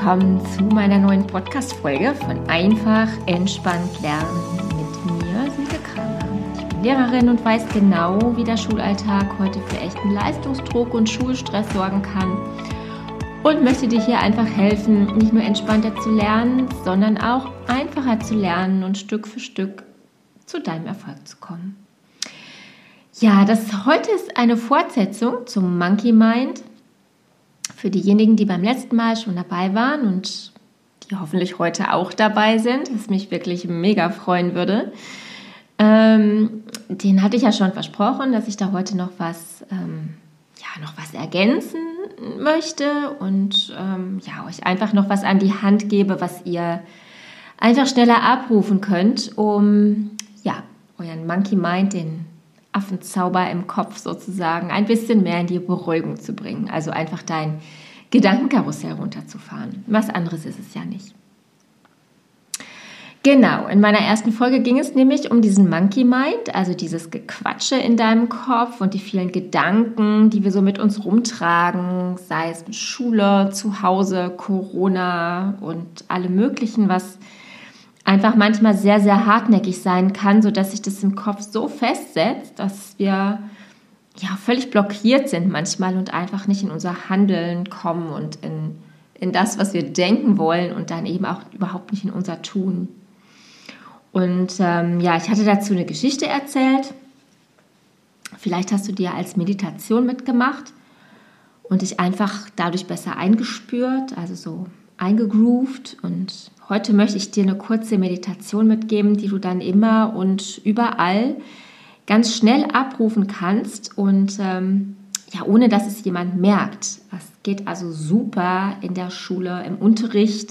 willkommen zu meiner neuen Podcast-Folge von Einfach Entspannt Lernen mit mir, Silke Kramer. Ich bin Lehrerin und weiß genau, wie der Schulalltag heute für echten Leistungsdruck und Schulstress sorgen kann und möchte dir hier einfach helfen, nicht nur entspannter zu lernen, sondern auch einfacher zu lernen und Stück für Stück zu deinem Erfolg zu kommen. Ja, das heute ist eine Fortsetzung zum Monkey Mind. Für diejenigen, die beim letzten Mal schon dabei waren und die hoffentlich heute auch dabei sind, was mich wirklich mega freuen würde, den hatte ich ja schon versprochen, dass ich da heute noch was ergänzen möchte und euch einfach noch was an die Hand gebe, was ihr einfach schneller abrufen könnt, um euren Monkey Mind, den Affenzauber im Kopf sozusagen, ein bisschen mehr in die Beruhigung zu bringen. Also einfach dein Gedankenkarussell runterzufahren. Was anderes ist es ja nicht. Genau, in meiner ersten Folge ging es nämlich um diesen Monkey Mind, also dieses Gequatsche in deinem Kopf und die vielen Gedanken, die wir so mit uns rumtragen, sei es mit Schule, zu Hause, Corona und allem Möglichen, was einfach manchmal sehr, sehr hartnäckig sein kann, sodass sich das im Kopf so festsetzt, dass wir völlig blockiert sind manchmal und einfach nicht in unser Handeln kommen und in das, was wir denken wollen und dann eben auch überhaupt nicht in unser Tun. Und ich hatte dazu eine Geschichte erzählt. Vielleicht hast du die ja als Meditation mitgemacht und dich einfach dadurch besser eingespürt, also so eingegroovt. Und heute möchte ich dir eine kurze Meditation mitgeben, die du dann immer und überall ganz schnell abrufen kannst und ohne dass es jemand merkt. Das geht also super in der Schule, im Unterricht,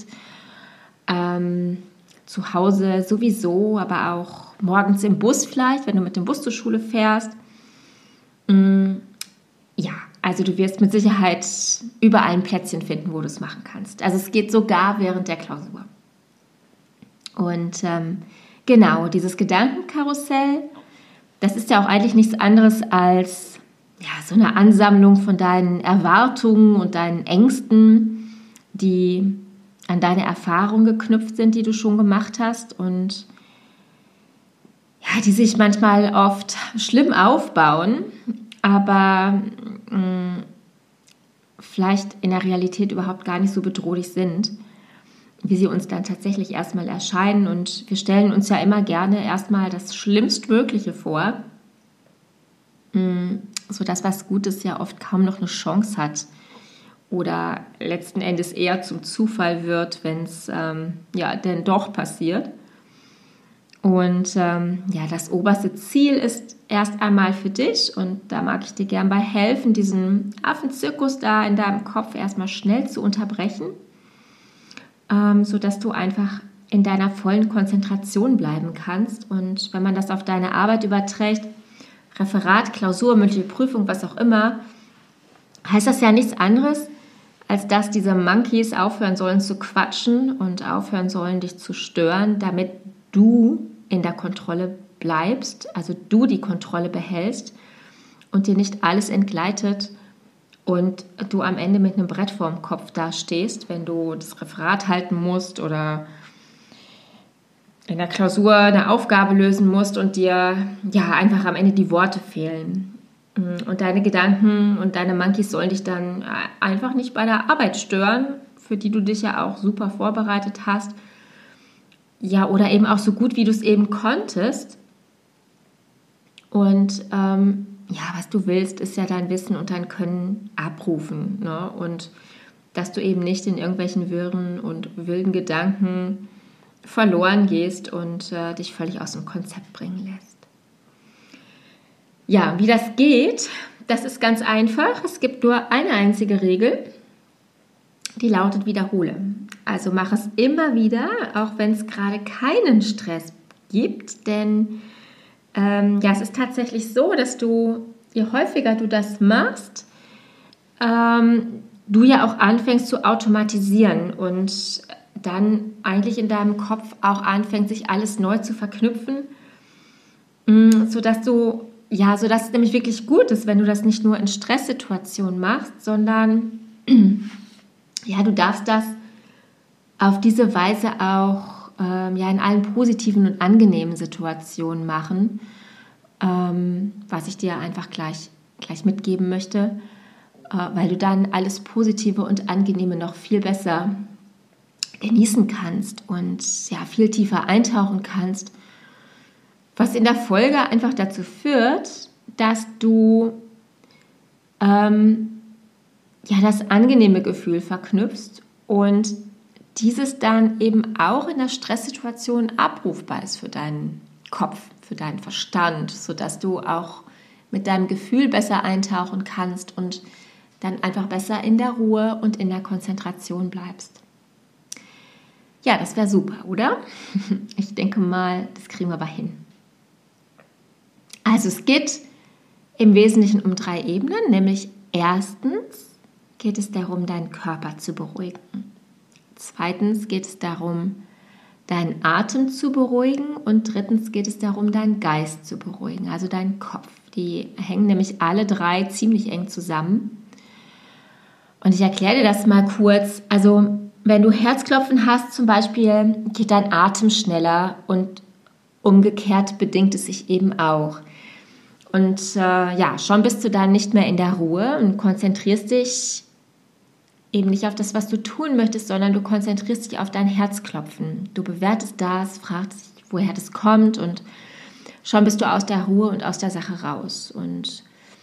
zu Hause sowieso, aber auch morgens im Bus vielleicht, wenn du mit dem Bus zur Schule fährst. Also du wirst mit Sicherheit überall ein Plätzchen finden, wo du es machen kannst. Also es geht sogar während der Klausur. Und dieses Gedankenkarussell, das ist ja auch eigentlich nichts anderes als so eine Ansammlung von deinen Erwartungen und deinen Ängsten, die an deine Erfahrungen geknüpft sind, die du schon gemacht hast und die sich manchmal oft schlimm aufbauen, aber vielleicht in der Realität überhaupt gar nicht so bedrohlich sind, wie sie uns dann tatsächlich erstmal erscheinen. Und wir stellen uns ja immer gerne erstmal das Schlimmstmögliche vor, sodass was Gutes ja oft kaum noch eine Chance hat oder letzten Endes eher zum Zufall wird, wenn es denn doch passiert. Und das oberste Ziel ist erst einmal für dich, und da mag ich dir gern bei helfen, diesen Affenzirkus da in deinem Kopf erstmal schnell zu unterbrechen, sodass du einfach in deiner vollen Konzentration bleiben kannst. Und wenn man das auf deine Arbeit überträgt, Referat, Klausur, mündliche Prüfung, was auch immer, heißt das ja nichts anderes, als dass diese Monkeys aufhören sollen zu quatschen und aufhören sollen, dich zu stören, damit du in der Kontrolle bleibst, also du die Kontrolle behältst und dir nicht alles entgleitet und du am Ende mit einem Brett vorm Kopf dastehst, wenn du das Referat halten musst oder in der Klausur eine Aufgabe lösen musst und dir einfach am Ende die Worte fehlen. Und deine Gedanken und deine Monkeys sollen dich dann einfach nicht bei der Arbeit stören, für die du dich ja auch super vorbereitet hast. Ja, oder eben auch so gut, wie du es eben konntest. Und was du willst, ist ja dein Wissen und dein Können abrufen. Ne? Und dass du eben nicht in irgendwelchen wirren und wilden Gedanken verloren gehst und dich völlig aus dem Konzept bringen lässt. Ja, wie das geht, das ist ganz einfach. Es gibt nur eine einzige Regel, die lautet: Wiederhole. Also mach es immer wieder, auch wenn es gerade keinen Stress gibt, denn es ist tatsächlich so, dass je häufiger du das machst, du ja auch anfängst zu automatisieren und dann eigentlich in deinem Kopf auch anfängt, sich alles neu zu verknüpfen, sodass es nämlich wirklich gut ist, wenn du das nicht nur in Stresssituationen machst, sondern du darfst das auf diese Weise auch in allen positiven und angenehmen Situationen machen, was ich dir einfach gleich mitgeben möchte, weil du dann alles Positive und Angenehme noch viel besser genießen kannst und viel tiefer eintauchen kannst, was in der Folge einfach dazu führt, dass du das angenehme Gefühl verknüpfst und dieses dann eben auch in der Stresssituation abrufbar ist für deinen Kopf, für deinen Verstand, sodass du auch mit deinem Gefühl besser eintauchen kannst und dann einfach besser in der Ruhe und in der Konzentration bleibst. Ja, das wäre super, oder? Ich denke mal, das kriegen wir aber hin. Also es geht im Wesentlichen um 3 Ebenen, nämlich erstens geht es darum, deinen Körper zu beruhigen. Zweitens geht es darum, deinen Atem zu beruhigen und drittens geht es darum, deinen Geist zu beruhigen, also deinen Kopf. Die hängen nämlich alle 3 ziemlich eng zusammen. Und ich erkläre dir das mal kurz. Also wenn du Herzklopfen hast zum Beispiel, geht dein Atem schneller und umgekehrt bedingt es sich eben auch. Und schon bist du dann nicht mehr in der Ruhe und konzentrierst dich eben nicht auf das, was du tun möchtest, sondern du konzentrierst dich auf dein Herzklopfen. Du bewertest das, fragst dich, woher das kommt und schon bist du aus der Ruhe und aus der Sache raus. Und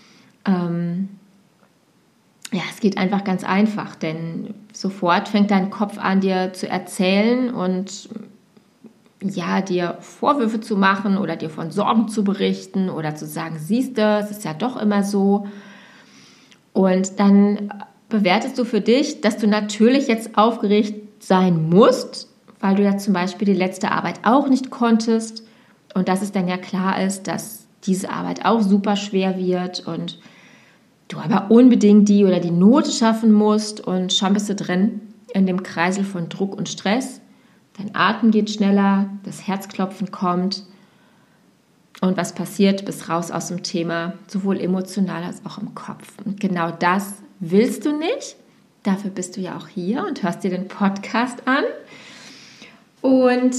es geht einfach ganz einfach, denn sofort fängt dein Kopf an, dir zu erzählen und dir Vorwürfe zu machen oder dir von Sorgen zu berichten oder zu sagen, siehst du, es ist ja doch immer so. Und dann bewertest du für dich, dass du natürlich jetzt aufgeregt sein musst, weil du ja zum Beispiel die letzte Arbeit auch nicht konntest und dass es dann ja klar ist, dass diese Arbeit auch super schwer wird und du aber unbedingt die oder die Note schaffen musst und schon bist du drin in dem Kreisel von Druck und Stress. Dein Atem geht schneller, das Herzklopfen kommt und was passiert, bist raus aus dem Thema, sowohl emotional als auch im Kopf. Und genau das willst du nicht. Dafür bist du ja auch hier und hörst dir den Podcast an. Und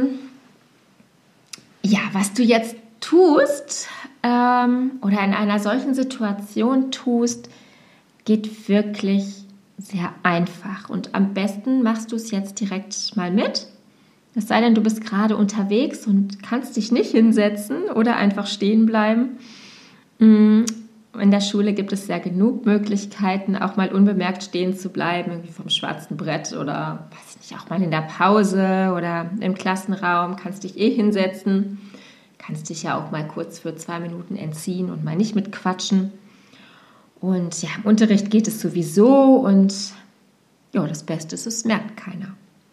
was du jetzt tust oder in einer solchen Situation tust, geht wirklich sehr einfach. Und am besten machst du es jetzt direkt mal mit. Es sei denn, du bist gerade unterwegs und kannst dich nicht hinsetzen oder einfach stehen bleiben. In der Schule gibt es ja genug Möglichkeiten, auch mal unbemerkt stehen zu bleiben, irgendwie vom schwarzen Brett oder, weiß ich nicht, auch mal in der Pause oder im Klassenraum, kannst dich hinsetzen, kannst dich ja auch mal kurz für 2 Minuten entziehen und mal nicht mitquatschen. Und im Unterricht geht es sowieso und das Beste ist, es merkt keiner.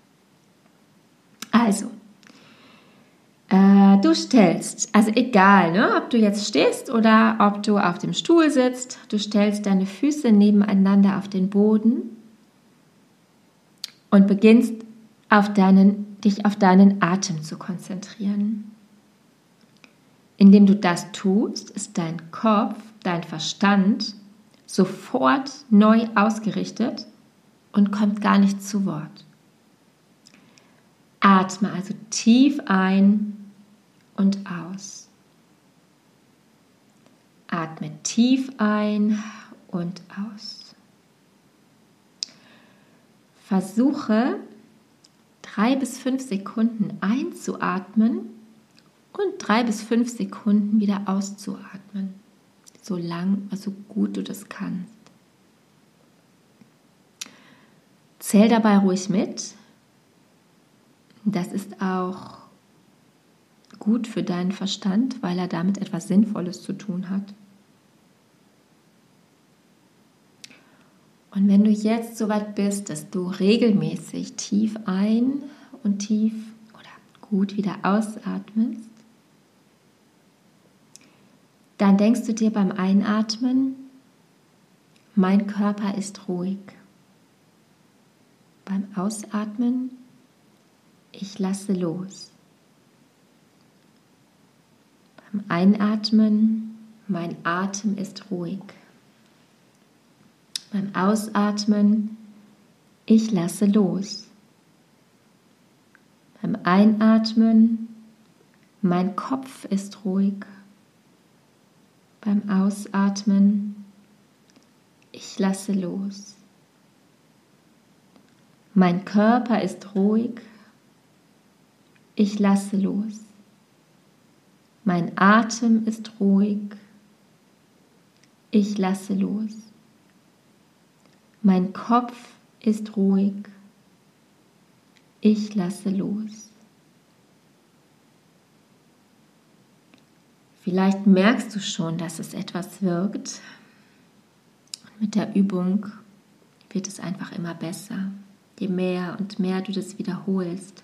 Also, du stellst, also egal, ob du jetzt stehst oder ob du auf dem Stuhl sitzt, du stellst deine Füße nebeneinander auf den Boden und beginnst dich auf deinen Atem zu konzentrieren. Indem du das tust, ist dein Kopf, dein Verstand sofort neu ausgerichtet und kommt gar nicht zu Wort. Atme also tief ein und aus. Atme tief ein und aus. Versuche 3 bis 5 Sekunden einzuatmen und 3 bis 5 Sekunden wieder auszuatmen. So lang, so gut du das kannst. Zähl dabei ruhig mit. Das ist auch gut für deinen Verstand, weil er damit etwas Sinnvolles zu tun hat. Und wenn du jetzt so weit bist, dass du regelmäßig tief ein und tief oder gut wieder ausatmest, dann denkst du dir beim Einatmen, mein Körper ist ruhig. Beim Ausatmen, ich lasse los. Beim Einatmen, mein Atem ist ruhig. Beim Ausatmen, ich lasse los. Beim Einatmen, mein Kopf ist ruhig. Beim Ausatmen, ich lasse los. Mein Körper ist ruhig. Ich lasse los. Mein Atem ist ruhig. Ich lasse los. Mein Kopf ist ruhig. Ich lasse los. Vielleicht merkst du schon, dass es etwas wirkt. Und mit der Übung wird es einfach immer besser. Je mehr und mehr du das wiederholst.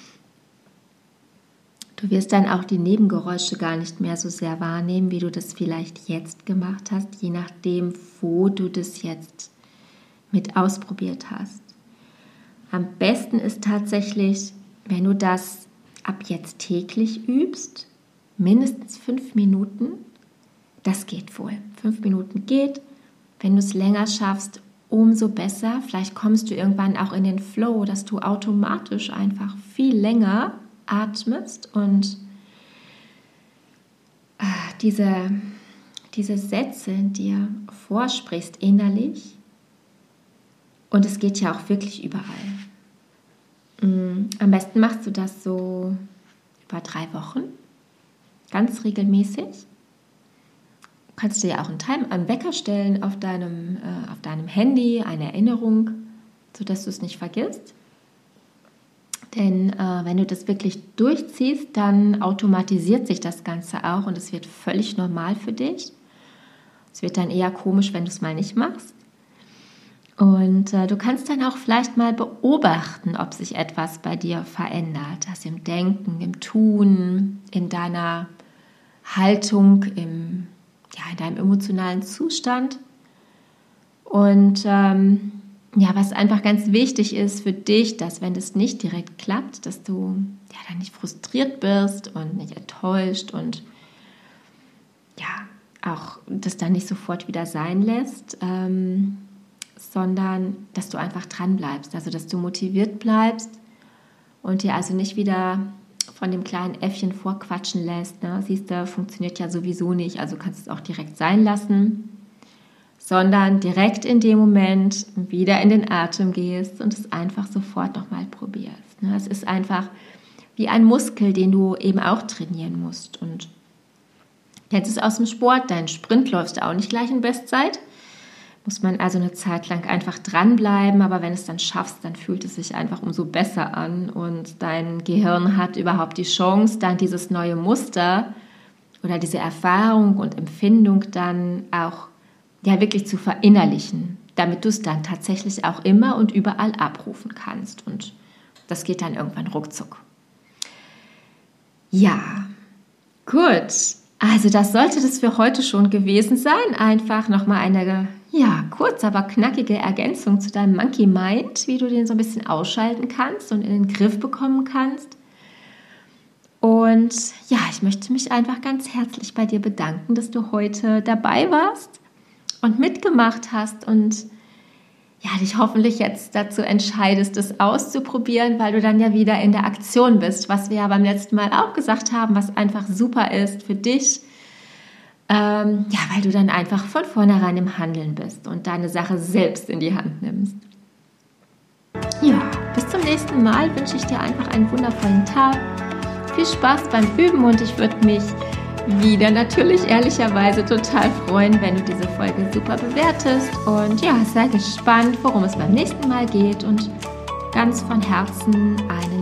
Du wirst dann auch die Nebengeräusche gar nicht mehr so sehr wahrnehmen, wie du das vielleicht jetzt gemacht hast, je nachdem, wo du das jetzt mit ausprobiert hast. Am besten ist tatsächlich, wenn du das ab jetzt täglich übst, mindestens 5 Minuten. Das geht wohl. 5 Minuten geht. Wenn du es länger schaffst, umso besser. Vielleicht kommst du irgendwann auch in den Flow, dass du automatisch einfach viel länger atmest und diese Sätze dir vorsprichst innerlich. Und es geht ja auch wirklich überall. Am besten machst du das so über 3 Wochen, ganz regelmäßig. Du kannst dir ja auch einen Wecker stellen auf deinem Handy, eine Erinnerung, sodass du es nicht vergisst. Denn wenn du das wirklich durchziehst, dann automatisiert sich das Ganze auch und es wird völlig normal für dich. Es wird dann eher komisch, wenn du es mal nicht machst. Und du kannst dann auch vielleicht mal beobachten, ob sich etwas bei dir verändert. Also im Denken, im Tun, in deiner Haltung, in deinem emotionalen Zustand. Und was einfach ganz wichtig ist für dich, dass wenn das nicht direkt klappt, dass du dann nicht frustriert bist und nicht enttäuscht und auch das dann nicht sofort wieder sein lässt, sondern dass du einfach dran bleibst, also dass du motiviert bleibst und dir also nicht wieder von dem kleinen Äffchen vorquatschen lässt. Ne? Siehst du, funktioniert ja sowieso nicht, also kannst du es auch direkt sein lassen, sondern direkt in dem Moment wieder in den Atem gehst und es einfach sofort nochmal probierst. Ne? Es ist einfach wie ein Muskel, den du eben auch trainieren musst. Und kennst es aus dem Sport, deinen Sprint läufst du auch nicht gleich in Bestzeit. Muss man also eine Zeit lang einfach dranbleiben, aber wenn es dann schaffst, dann fühlt es sich einfach umso besser an und dein Gehirn hat überhaupt die Chance, dann dieses neue Muster oder diese Erfahrung und Empfindung dann auch wirklich zu verinnerlichen, damit du es dann tatsächlich auch immer und überall abrufen kannst und das geht dann irgendwann ruckzuck. Ja, gut. Also das sollte das für heute schon gewesen sein. Einfach nochmal eine kurz, aber knackige Ergänzung zu deinem Monkey Mind, wie du den so ein bisschen ausschalten kannst und in den Griff bekommen kannst. Und ich möchte mich einfach ganz herzlich bei dir bedanken, dass du heute dabei warst und mitgemacht hast und dich hoffentlich jetzt dazu entscheidest, es auszuprobieren, weil du dann ja wieder in der Aktion bist, was wir ja beim letzten Mal auch gesagt haben, was einfach super ist für dich, weil du dann einfach von vornherein im Handeln bist und deine Sache selbst in die Hand nimmst. Ja, bis zum nächsten Mal wünsche ich dir einfach einen wundervollen Tag. Viel Spaß beim Üben und ich würde mich wieder natürlich ehrlicherweise total freuen, wenn du diese Folge super bewertest und sei gespannt, worum es beim nächsten Mal geht und ganz von Herzen einen